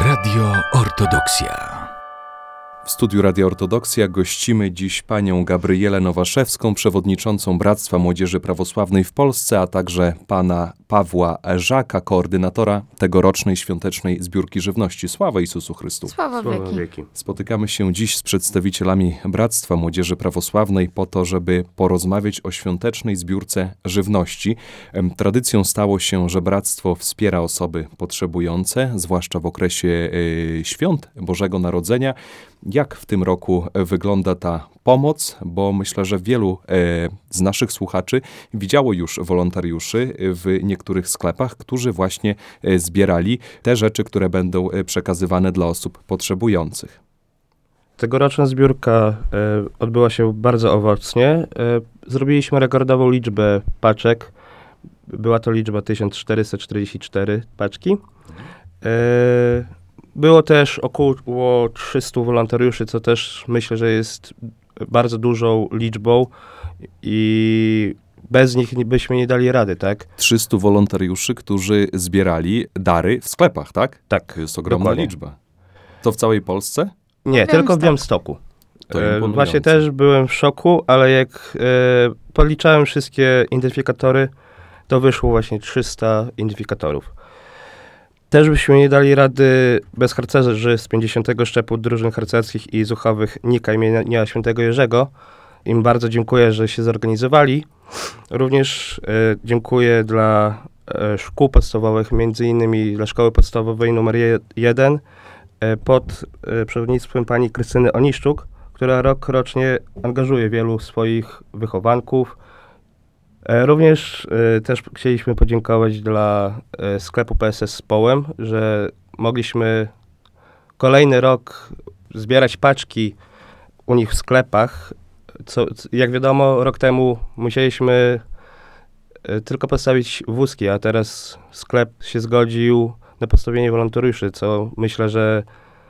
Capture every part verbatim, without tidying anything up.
Radio Ortodoksja. W studiu Radia Ortodoksja gościmy dziś panią Gabrielę Nowaszewską, przewodniczącą Bractwa Młodzieży Prawosławnej w Polsce, a także pana Pawła Żaka, koordynatora tegorocznej świątecznej zbiórki żywności. Sława Jezusu Chrystu. Sława wieki. wieki. Spotykamy się dziś z przedstawicielami Bractwa Młodzieży Prawosławnej po to, żeby porozmawiać o świątecznej zbiórce żywności. Tradycją stało się, że Bractwo wspiera osoby potrzebujące, zwłaszcza w okresie y, świąt Bożego Narodzenia. Jak w tym roku wygląda ta pomoc? Bo myślę, że wielu e, z naszych słuchaczy widziało już wolontariuszy w niektórych sklepach, którzy właśnie e, zbierali te rzeczy, które będą przekazywane dla osób potrzebujących. Tegoroczna zbiórka e, odbyła się bardzo owocnie. E, zrobiliśmy rekordową liczbę paczek. Była to liczba tysiąc czterysta czterdzieści cztery paczki. E, Było też około trzystu wolontariuszy, co też myślę, że jest bardzo dużą liczbą i bez nich byśmy nie dali rady, tak? trzystu wolontariuszy, którzy zbierali dary w sklepach, tak? Tak. To jest ogromna dokładnie. liczba. To w całej Polsce? Nie, W tylko w Białymstoku. Białymstoku. To E, imponujące. Właśnie też byłem w szoku, ale jak e, policzałem wszystkie identyfikatory, to wyszło właśnie trzysta identyfikatorów. Też byśmy nie dali rady bez harcerzy z pięćdziesiątego szczepu drużyn harcerskich i zuchowych Nika imienia Świętego Jerzego. Im bardzo dziękuję, że się zorganizowali. Również e, dziękuję dla e, szkół podstawowych, między innymi dla Szkoły Podstawowej numer jeden e, pod e, przewodnictwem pani Krystyny Oniszczuk, która rok rocznie angażuje wielu swoich wychowanków. E, Również e, też chcieliśmy podziękować dla e, sklepu P S S z Połem, że mogliśmy kolejny rok zbierać paczki u nich w sklepach. Co, c- jak wiadomo, rok temu musieliśmy e, tylko postawić wózki, a teraz sklep się zgodził na postawienie wolontariuszy, co myślę, że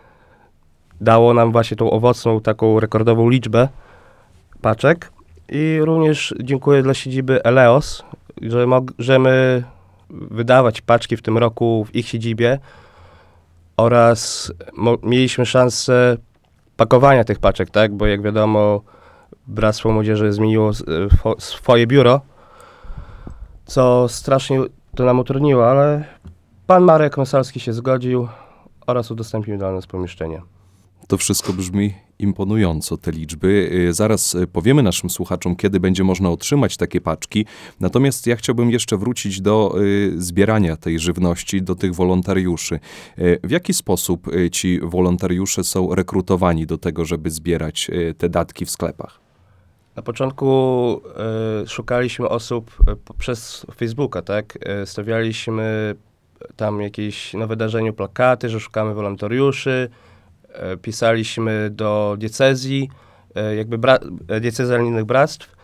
dało nam właśnie tą owocną, taką rekordową liczbę paczek. I również dziękuję dla siedziby Eleos, że możemy wydawać paczki w tym roku w ich siedzibie oraz mo- mieliśmy szansę pakowania tych paczek, tak? Bo jak wiadomo, Bractwo Młodzieży zmieniło s- fo- swoje biuro, co strasznie to nam utrudniło, ale pan Marek Masalski się zgodził oraz udostępnił dla nas pomieszczenie. To wszystko brzmi imponująco, te liczby. Y, Zaraz y, powiemy naszym słuchaczom, kiedy będzie można otrzymać takie paczki. Natomiast ja chciałbym jeszcze wrócić do y, zbierania tej żywności, do tych wolontariuszy. Y, W jaki sposób y, ci wolontariusze są rekrutowani do tego, żeby zbierać y, te datki w sklepach? Na początku e, szukaliśmy osób e, poprzez Facebooka, tak? E, stawialiśmy tam jakieś na wydarzeniu plakaty, że szukamy wolontariuszy. E, pisaliśmy do diecezji, e, jakby bra- e, diecezjalnych bractw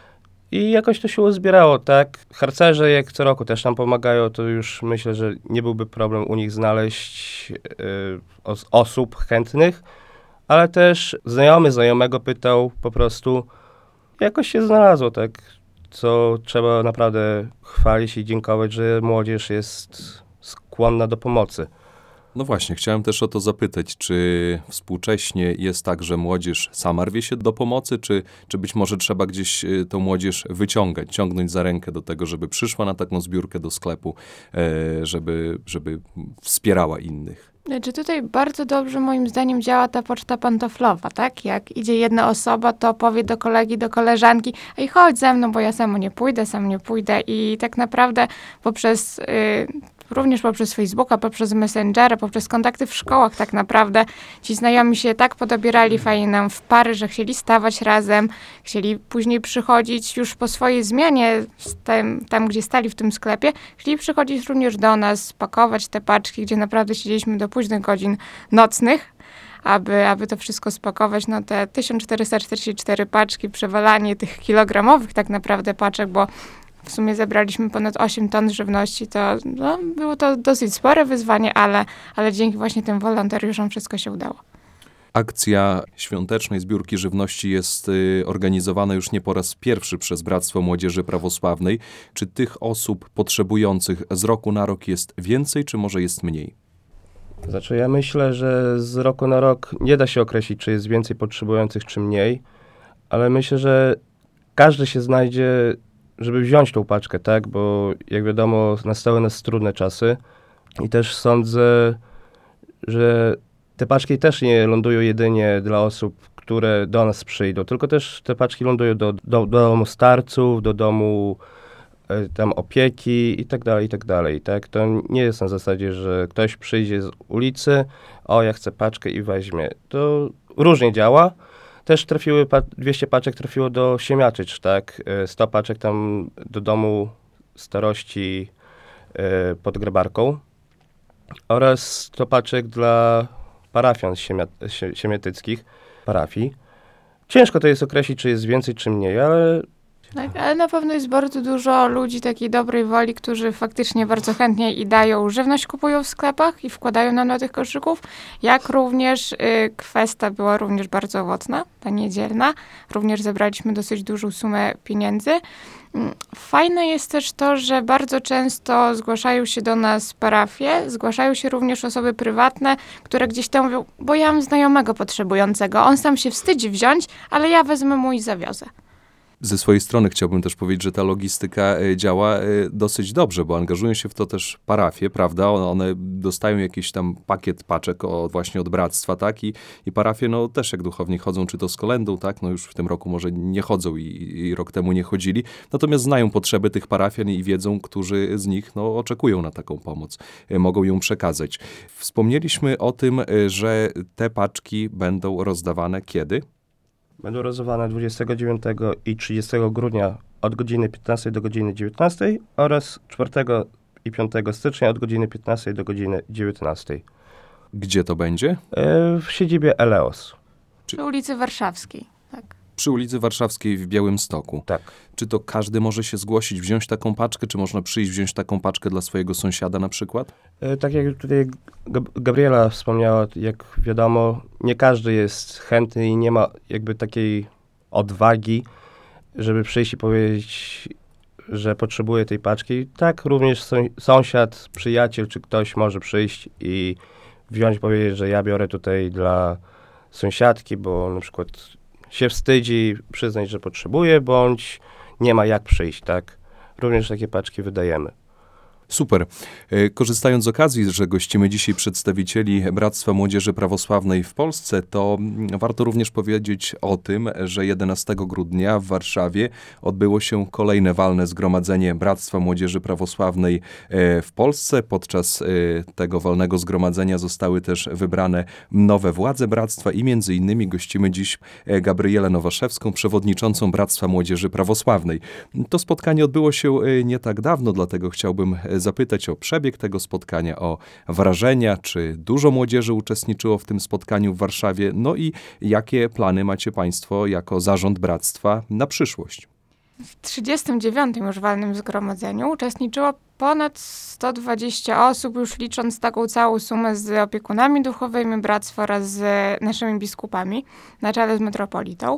i jakoś to się uzbierało, tak? Harcerze jak co roku też nam pomagają, to już myślę, że nie byłby problem u nich znaleźć e, os- osób chętnych, ale też znajomy znajomego pytał po prostu. Jakoś się znalazło, tak, co trzeba naprawdę chwalić i dziękować, że młodzież jest skłonna do pomocy. No właśnie, chciałem też o to zapytać, czy współcześnie jest tak, że młodzież sama rwie się do pomocy, czy, czy być może trzeba gdzieś y, tą młodzież wyciągać, ciągnąć za rękę do tego, żeby przyszła na taką zbiórkę do sklepu, e, żeby, żeby wspierała innych? Znaczy tutaj bardzo dobrze moim zdaniem działa ta poczta pantoflowa, tak? Jak idzie jedna osoba, to powie do kolegi, do koleżanki, ej, chodź ze mną, bo ja samo nie pójdę, sam nie pójdę i tak naprawdę poprzez, y, również poprzez Facebooka, poprzez Messengera, poprzez kontakty w szkołach tak naprawdę ci znajomi się tak podobierali fajnie nam w pary, że chcieli stawać razem, chcieli później przychodzić już po swojej zmianie z tym, tam, gdzie stali w tym sklepie, chcieli przychodzić również do nas, pakować te paczki, gdzie naprawdę siedzieliśmy do późnych godzin nocnych, aby, aby to wszystko spakować. No te tysiąc czterysta czterdzieści cztery paczki, przewalanie tych kilogramowych tak naprawdę paczek, bo w sumie zebraliśmy ponad osiem ton żywności, to no, było to dosyć spore wyzwanie, ale, ale dzięki właśnie tym wolontariuszom wszystko się udało. Akcja świątecznej zbiórki żywności jest y, organizowana już nie po raz pierwszy przez Bractwo Młodzieży Prawosławnej. Czy tych osób potrzebujących z roku na rok jest więcej, czy może jest mniej? Znaczy ja myślę, że z roku na rok nie da się określić, czy jest więcej potrzebujących, czy mniej, ale myślę, że każdy się znajdzie, żeby wziąć tą paczkę, tak? Bo jak wiadomo, nastały nas trudne czasy i też sądzę, że te paczki też nie lądują jedynie dla osób, które do nas przyjdą, tylko też te paczki lądują do, do, do domu starców, do domu e, tam opieki i tak dalej, i tak dalej, tak? To nie jest na zasadzie, że ktoś przyjdzie z ulicy, o ja chcę paczkę i weźmie. To różnie działa. Też trafiły, pa- dwieście paczek trafiło do Siemiatycz, tak? E, sto paczek tam do domu starości e, pod Grabarką oraz sto paczek dla parafian siemia- sie- siemiatyckich, parafii. Ciężko to jest określić, czy jest więcej, czy mniej, ale Tak, ale na pewno jest bardzo dużo ludzi takiej dobrej woli, którzy faktycznie bardzo chętnie i dają żywność, kupują w sklepach i wkładają nam do tych koszyków, jak również y, kwestia była również bardzo owocna, ta niedzielna. Również zebraliśmy dosyć dużą sumę pieniędzy. Mm, Fajne jest też to, że bardzo często zgłaszają się do nas parafie, zgłaszają się również osoby prywatne, które gdzieś tam mówią, bo ja mam znajomego potrzebującego, on sam się wstydzi wziąć, ale ja wezmę mu i zawiozę. Ze swojej strony chciałbym też powiedzieć, że ta logistyka e, działa e, dosyć dobrze, bo angażują się w to też parafie, prawda? One, one dostają jakiś tam pakiet paczek o, właśnie od bractwa, tak? I, i parafie, no też jak duchowni chodzą, czy to z kolędą, tak? No już w tym roku może nie chodzą i, i rok temu nie chodzili, natomiast znają potrzeby tych parafian i wiedzą, którzy z nich, no, oczekują na taką pomoc. E, Mogą ją przekazać. Wspomnieliśmy o tym, e, że te paczki będą rozdawane kiedy? będą rozdawane dwudziestego dziewiątego i trzydziestego grudnia od godziny piętnastej do godziny dziewiętnastej oraz czwartego i piątego stycznia od godziny piętnastej do godziny dziewiętnastej. Gdzie to będzie? E, w siedzibie Eleos. Przy ulicy Warszawskiej, tak. Przy ulicy Warszawskiej w Białymstoku. Tak. Czy to każdy może się zgłosić, wziąć taką paczkę, czy można przyjść, wziąć taką paczkę dla swojego sąsiada na przykład? E, tak jak tutaj Gab- Gabriela wspomniała, jak wiadomo, nie każdy jest chętny i nie ma jakby takiej odwagi, żeby przyjść i powiedzieć, że potrzebuje tej paczki. Tak, również sąs- sąsiad, przyjaciel czy ktoś może przyjść i wziąć, powiedzieć, że ja biorę tutaj dla sąsiadki, bo na przykład się wstydzi przyznać, że potrzebuje, bądź nie ma jak przyjść, tak? Również takie paczki wydajemy. Super. E, Korzystając z okazji, że gościmy dzisiaj przedstawicieli Bractwa Młodzieży Prawosławnej w Polsce, to mm, warto również powiedzieć o tym, że jedenastego grudnia w Warszawie odbyło się kolejne walne zgromadzenie Bractwa Młodzieży Prawosławnej e, w Polsce. Podczas e, tego walnego zgromadzenia zostały też wybrane nowe władze bractwa i między innymi gościmy dziś e, Gabrielę Nowaszewską, przewodniczącą Bractwa Młodzieży Prawosławnej. To spotkanie odbyło się e, nie tak dawno, dlatego chciałbym e, zapytać o przebieg tego spotkania, o wrażenia, czy dużo młodzieży uczestniczyło w tym spotkaniu w Warszawie, no i jakie plany macie Państwo jako zarząd bractwa na przyszłość? W trzydziestym dziewiątym już walnym zgromadzeniu uczestniczyło ponad sto dwadzieścia osób, już licząc taką całą sumę z opiekunami duchowymi bractwa oraz z naszymi biskupami na czele z metropolitą.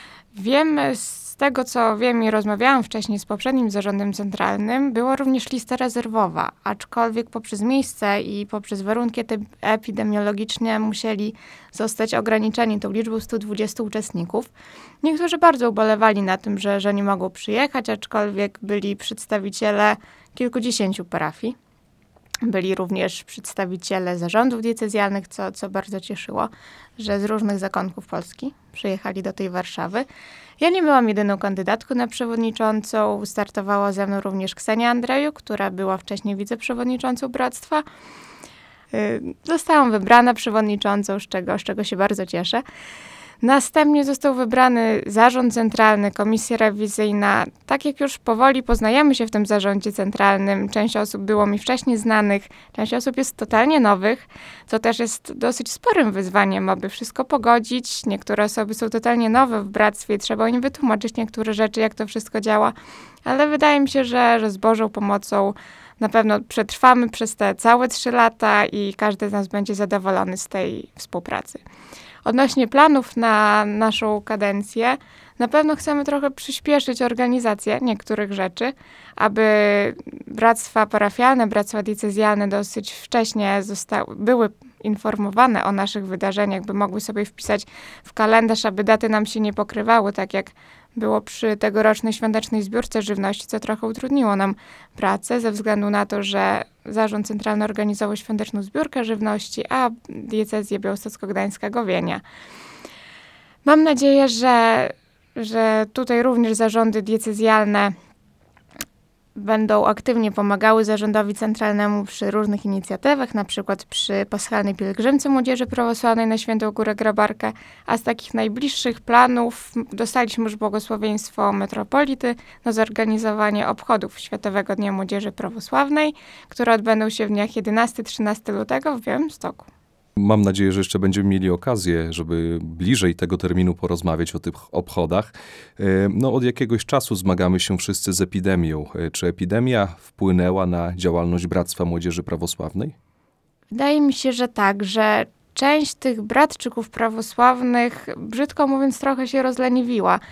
Wiem, z tego co wiem i rozmawiałam wcześniej z poprzednim zarządem centralnym, była również lista rezerwowa, aczkolwiek poprzez miejsce i poprzez warunki te- epidemiologiczne musieli zostać ograniczeni tą liczbą stu dwudziestu uczestników. Niektórzy bardzo ubolewali na tym, że, że nie mogą przyjechać, aczkolwiek byli przedstawiciele kilkudziesięciu parafii. Byli również przedstawiciele zarządów diecezjalnych, co, co bardzo cieszyło, że z różnych zakątków Polski przyjechali do tej Warszawy. Ja nie byłam jedyną kandydatką na przewodniczącą. Startowała ze mną również Ksenia Andreju, która była wcześniej wiceprzewodniczącą Bractwa. Y, Zostałam wybrana przewodniczącą, z czego, z czego się bardzo cieszę. Następnie został wybrany zarząd centralny, komisja rewizyjna. Tak jak już powoli poznajemy się w tym zarządzie centralnym, część osób było mi wcześniej znanych, część osób jest totalnie nowych, co też jest dosyć sporym wyzwaniem, aby wszystko pogodzić. Niektóre osoby są totalnie nowe w bractwie, trzeba im wytłumaczyć niektóre rzeczy, jak to wszystko działa, ale wydaje mi się, że, że z Bożą pomocą na pewno przetrwamy przez te całe trzy lata i każdy z nas będzie zadowolony z tej współpracy. Odnośnie planów na naszą kadencję, na pewno chcemy trochę przyspieszyć organizację niektórych rzeczy, aby bractwa parafialne, bractwa diecezjalne dosyć wcześnie zostały, były informowane o naszych wydarzeniach, by mogły sobie wpisać w kalendarz, aby daty nam się nie pokrywały, tak jak było przy tegorocznej świątecznej zbiórce żywności, co trochę utrudniło nam pracę ze względu na to, że Zarząd Centralny organizował świąteczną zbiórkę żywności, a diecezja białostocko-gdańska Gowienia. Mam nadzieję, że, że tutaj również zarządy diecezjalne będą aktywnie pomagały zarządowi centralnemu przy różnych inicjatywach, na przykład przy paschalnej pielgrzymce Młodzieży Prawosławnej na Świętą Górę Grabarkę, a z takich najbliższych planów dostaliśmy już błogosławieństwo metropolity na zorganizowanie obchodów Światowego Dnia Młodzieży Prawosławnej, które odbędą się w dniach jedenastego do trzynastego lutego w Białymstoku. Mam nadzieję, że jeszcze będziemy mieli okazję, żeby bliżej tego terminu porozmawiać o tych obchodach. No, od jakiegoś czasu zmagamy się wszyscy z epidemią. Czy epidemia wpłynęła na działalność Bractwa Młodzieży Prawosławnej? Wydaje mi się, że tak, że część tych bratczyków prawosławnych, brzydko mówiąc, trochę się rozleniwiła.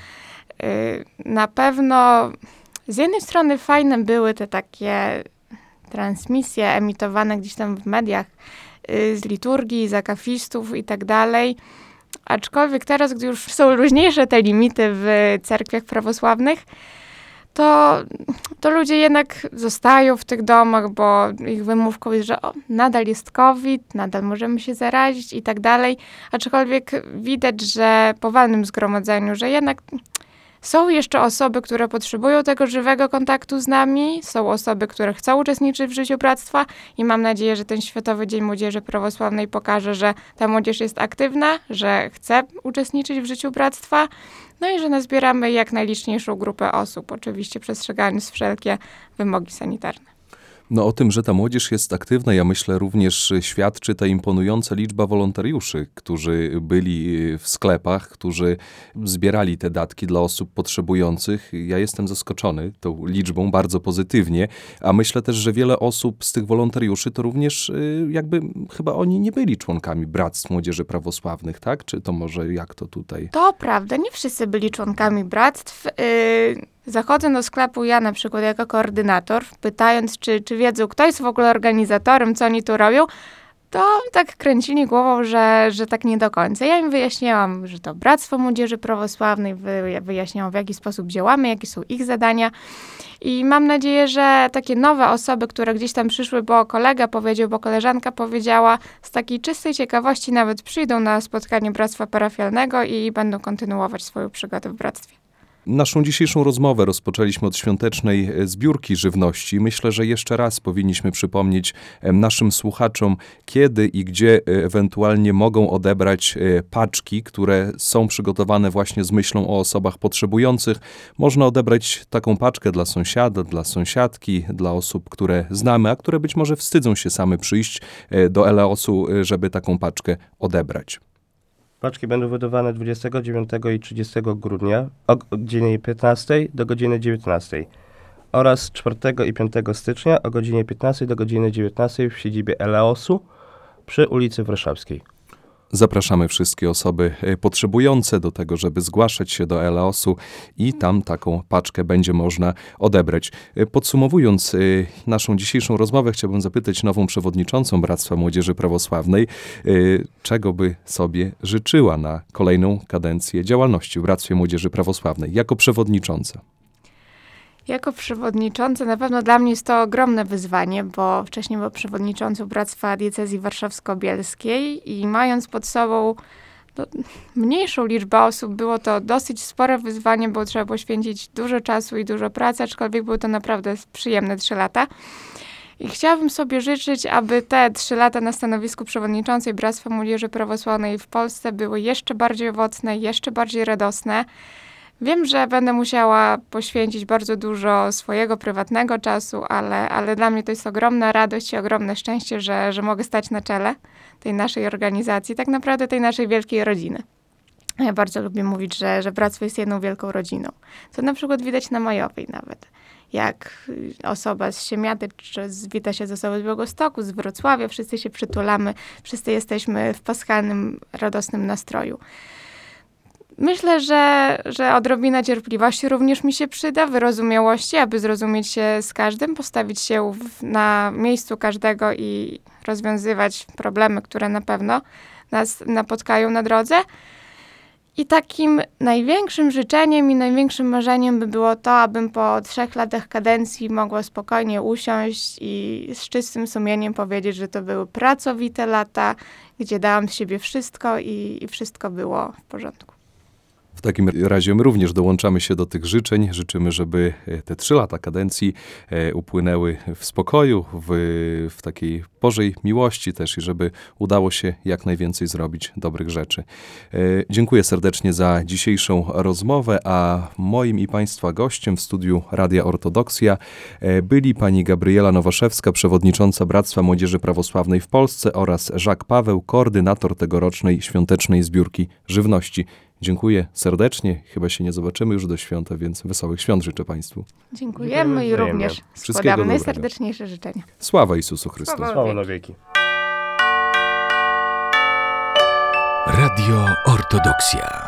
Na pewno z jednej strony fajne były te takie transmisje emitowane gdzieś tam w mediach, z liturgii, z akafistów i tak dalej. Aczkolwiek teraz, gdy już są luźniejsze te limity w cerkwiach prawosławnych, to, to ludzie jednak zostają w tych domach, bo ich wymówką jest, że o, nadal jest COVID, nadal możemy się zarazić i tak dalej. Aczkolwiek widać, że po walnym zgromadzeniu, że jednak są jeszcze osoby, które potrzebują tego żywego kontaktu z nami, są osoby, które chcą uczestniczyć w życiu bractwa i mam nadzieję, że ten Światowy Dzień Młodzieży Prawosławnej pokaże, że ta młodzież jest aktywna, że chce uczestniczyć w życiu bractwa, no i że nazbieramy jak najliczniejszą grupę osób, oczywiście przestrzegając wszelkie wymogi sanitarne. No o tym, że ta młodzież jest aktywna, ja myślę również świadczy ta imponująca liczba wolontariuszy, którzy byli w sklepach, którzy zbierali te datki dla osób potrzebujących. Ja jestem zaskoczony tą liczbą bardzo pozytywnie, a myślę też, że wiele osób z tych wolontariuszy to również jakby chyba oni nie byli członkami Bractw Młodzieży Prawosławnych, tak? Czy to może jak to tutaj? To prawda, nie wszyscy byli członkami bractw. Yy... Zachodzę do sklepu ja na przykład jako koordynator, pytając, czy, czy wiedzą, kto jest w ogóle organizatorem, co oni tu robią, to tak kręcili głową, że, że tak nie do końca. Ja im wyjaśniałam, że to Bractwo Młodzieży Prawosławnej, wy, wyjaśniałam, w jaki sposób działamy, jakie są ich zadania. I mam nadzieję, że takie nowe osoby, które gdzieś tam przyszły, bo kolega powiedział, bo koleżanka powiedziała, z takiej czystej ciekawości nawet przyjdą na spotkanie Bractwa Parafialnego i będą kontynuować swoją przygodę w Bractwie. Naszą dzisiejszą rozmowę rozpoczęliśmy od świątecznej zbiórki żywności. Myślę, że jeszcze raz powinniśmy przypomnieć naszym słuchaczom, kiedy i gdzie ewentualnie mogą odebrać paczki, które są przygotowane właśnie z myślą o osobach potrzebujących. Można odebrać taką paczkę dla sąsiada, dla sąsiadki, dla osób, które znamy, a które być może wstydzą się same przyjść do Eleosu, żeby taką paczkę odebrać. Paczki będą wydawane dwudziestego dziewiątego i trzydziestego grudnia od godziny piętnastej do godziny dziewiętnastej oraz czwartego i piątego stycznia o godzinie piętnastej do godziny dziewiętnastej w siedzibie Eleosu przy ulicy Warszawskiej. Zapraszamy wszystkie osoby potrzebujące do tego, żeby zgłaszać się do Eleosu i tam taką paczkę będzie można odebrać. Podsumowując naszą dzisiejszą rozmowę, chciałbym zapytać nową przewodniczącą Bractwa Młodzieży Prawosławnej, czego by sobie życzyła na kolejną kadencję działalności w Bractwie Młodzieży Prawosławnej jako przewodnicząca. Jako przewodnicząca na pewno dla mnie jest to ogromne wyzwanie, bo wcześniej była przewodniczącą Bractwa Diecezji Warszawsko-Bielskiej i mając pod sobą no, mniejszą liczbę osób, było to dosyć spore wyzwanie, bo trzeba poświęcić dużo czasu i dużo pracy, aczkolwiek były to naprawdę przyjemne trzy lata. I chciałabym sobie życzyć, aby te trzy lata na stanowisku przewodniczącej Bractwa Młodzieży Prawosławnej w Polsce były jeszcze bardziej owocne, jeszcze bardziej radosne. Wiem, że będę musiała poświęcić bardzo dużo swojego prywatnego czasu, ale, ale dla mnie to jest ogromna radość i ogromne szczęście, że, że mogę stać na czele tej naszej organizacji, tak naprawdę tej naszej wielkiej rodziny. Ja bardzo lubię mówić, że, że bractwo jest jedną wielką rodziną. Co na przykład widać na Majowej nawet. Jak osoba z Siemiaty, czy wita się z osobą z Białegostoku, z Wrocławia, wszyscy się przytulamy, wszyscy jesteśmy w paschalnym, radosnym nastroju. Myślę, że, że odrobina cierpliwości również mi się przyda, wyrozumiałości, aby zrozumieć się z każdym, postawić się w, na miejscu każdego i rozwiązywać problemy, które na pewno nas napotkają na drodze. I takim największym życzeniem i największym marzeniem by było to, abym po trzech latach kadencji mogła spokojnie usiąść i z czystym sumieniem powiedzieć, że to były pracowite lata, gdzie dałam z siebie wszystko i, i wszystko było w porządku. W takim razie my również dołączamy się do tych życzeń. Życzymy, żeby te trzy lata kadencji e, upłynęły w spokoju, w, w takiej Bożej miłości też i żeby udało się jak najwięcej zrobić dobrych rzeczy. E, dziękuję serdecznie za dzisiejszą rozmowę, a moim i Państwa gościem w studiu Radia Ortodoksja e, byli pani Gabriela Nowaszewska, przewodnicząca Bractwa Młodzieży Prawosławnej w Polsce oraz Jacques Paweł, koordynator tegorocznej świątecznej zbiórki żywności. Dziękuję serdecznie. Chyba się nie zobaczymy już do świąta, więc wesołych świąt życzę Państwu. Dziękujemy i wzajemnie. również Wszystkiego składamy dobrego. najserdeczniejsze życzenia. Sława Isusu Chrystusowi. Sława Sława na wieki. Radio Ortodoksja.